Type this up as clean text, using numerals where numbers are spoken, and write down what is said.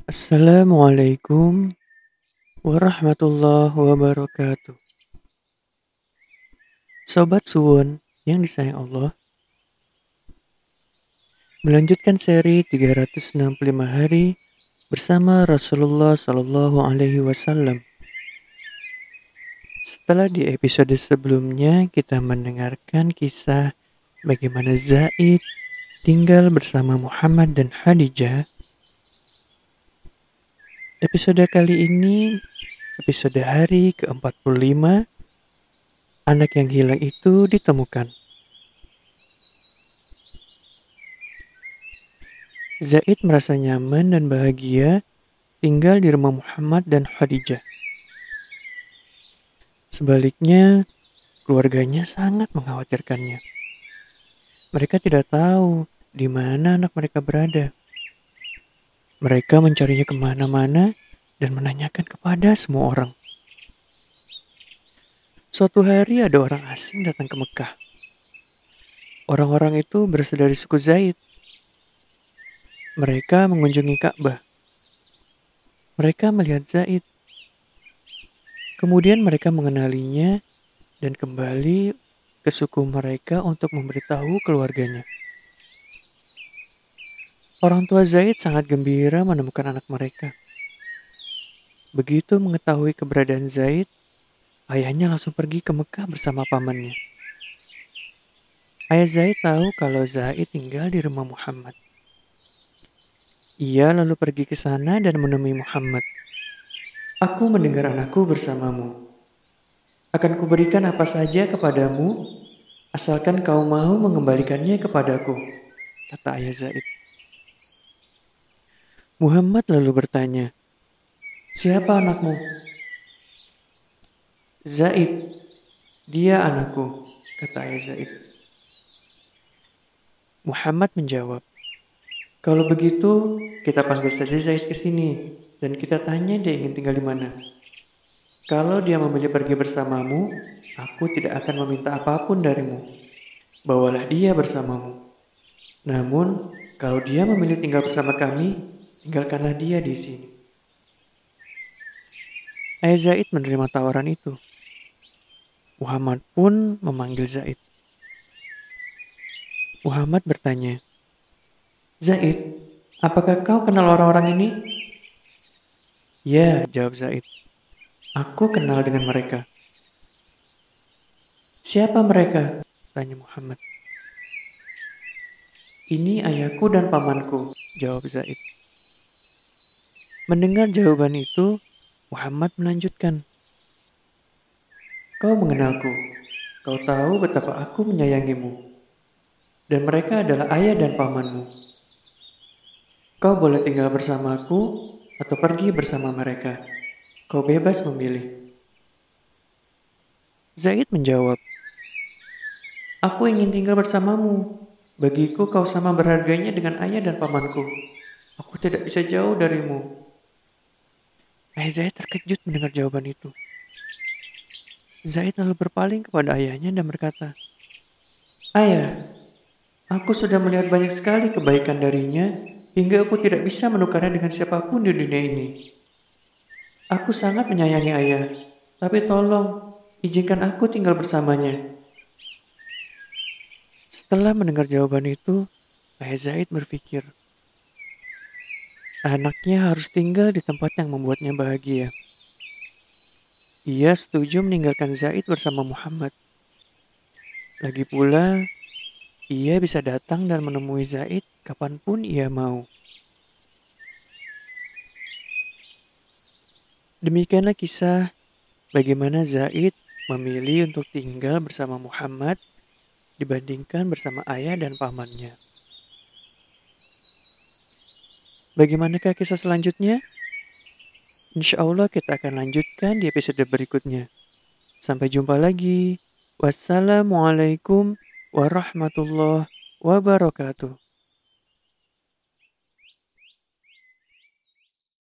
Assalamualaikum warahmatullahi wabarakatuh. Sobat Suwon yang disayang Allah, melanjutkan seri 365 hari bersama Rasulullah Shallallahu Alaihi Wasallam. Setelah di episode sebelumnya kita mendengarkan kisah bagaimana Zaid tinggal bersama Muhammad dan Khadijah. Episode kali ini episode hari ke-45, anak yang hilang itu ditemukan. Zaid merasa nyaman dan bahagia tinggal di rumah Muhammad dan Khadijah. Sebaliknya, keluarganya sangat mengkhawatirkannya. Mereka tidak tahu di mana anak mereka berada. Mereka mencarinya kemana-mana dan menanyakan kepada semua orang. Suatu hari ada orang asing datang ke Mekah. Orang-orang itu berasal dari suku Zaid. Mereka mengunjungi Ka'bah. Mereka melihat Zaid. Kemudian mereka mengenalinya dan kembali ke suku mereka untuk memberitahu keluarganya. Orang tua Zaid sangat gembira menemukan anak mereka. Begitu mengetahui keberadaan Zaid, ayahnya langsung pergi ke Mekah bersama pamannya. Ayah Zaid tahu kalau Zaid tinggal di rumah Muhammad. Ia lalu pergi ke sana dan menemui Muhammad. Aku mendengar anakku bersamamu. Akan kuberikan apa saja kepadamu, asalkan kau mau mengembalikannya kepadaku, kata ayah Zaid. Muhammad lalu bertanya, siapa anakmu? Zaid, dia anakku, kata ayah Zaid. Muhammad menjawab, kalau begitu kita panggil saja Zaid ke sini dan kita tanya dia ingin tinggal di mana. Kalau dia memilih pergi bersamamu, aku tidak akan meminta apapun darimu. Bawalah dia bersamamu. Namun, kalau dia memilih tinggal bersama kami, tinggalkanlah dia di sini. Ayah Zaid menerima tawaran itu. Muhammad pun memanggil Zaid. Muhammad bertanya, Zaid, apakah kau kenal orang-orang ini? Ya, jawab Zaid. Aku kenal dengan mereka. Siapa mereka? Tanya Muhammad. Ini ayahku dan pamanku, jawab Zaid. Mendengar jawaban itu, Muhammad melanjutkan. Kau mengenalku. Kau tahu betapa aku menyayangimu. Dan mereka adalah ayah dan pamanmu. Kau boleh tinggal bersamaku atau pergi bersama mereka. Kau bebas memilih. Zaid menjawab, aku ingin tinggal bersamamu. Bagiku kau sama berharganya dengan ayah dan pamanku. Aku tidak bisa jauh darimu. Ayah Zaid terkejut mendengar jawaban itu. Zaid lalu berpaling kepada ayahnya dan berkata, Ayah, aku sudah melihat banyak sekali kebaikan darinya hingga aku tidak bisa menukarnya dengan siapapun di dunia ini. Aku sangat menyayangi ayah, tapi tolong izinkan aku tinggal bersamanya. Setelah mendengar jawaban itu, ayah Zaid berpikir, anaknya harus tinggal di tempat yang membuatnya bahagia. Ia setuju meninggalkan Zaid bersama Muhammad. Lagi pula, ia bisa datang dan menemui Zaid kapanpun ia mau. Demikianlah kisah bagaimana Zaid memilih untuk tinggal bersama Muhammad dibandingkan bersama ayah dan pamannya. Bagaimanakah kisah selanjutnya? Insya Allah kita akan lanjutkan di episode berikutnya. Sampai jumpa lagi. Wassalamualaikum warahmatullahi wabarakatuh.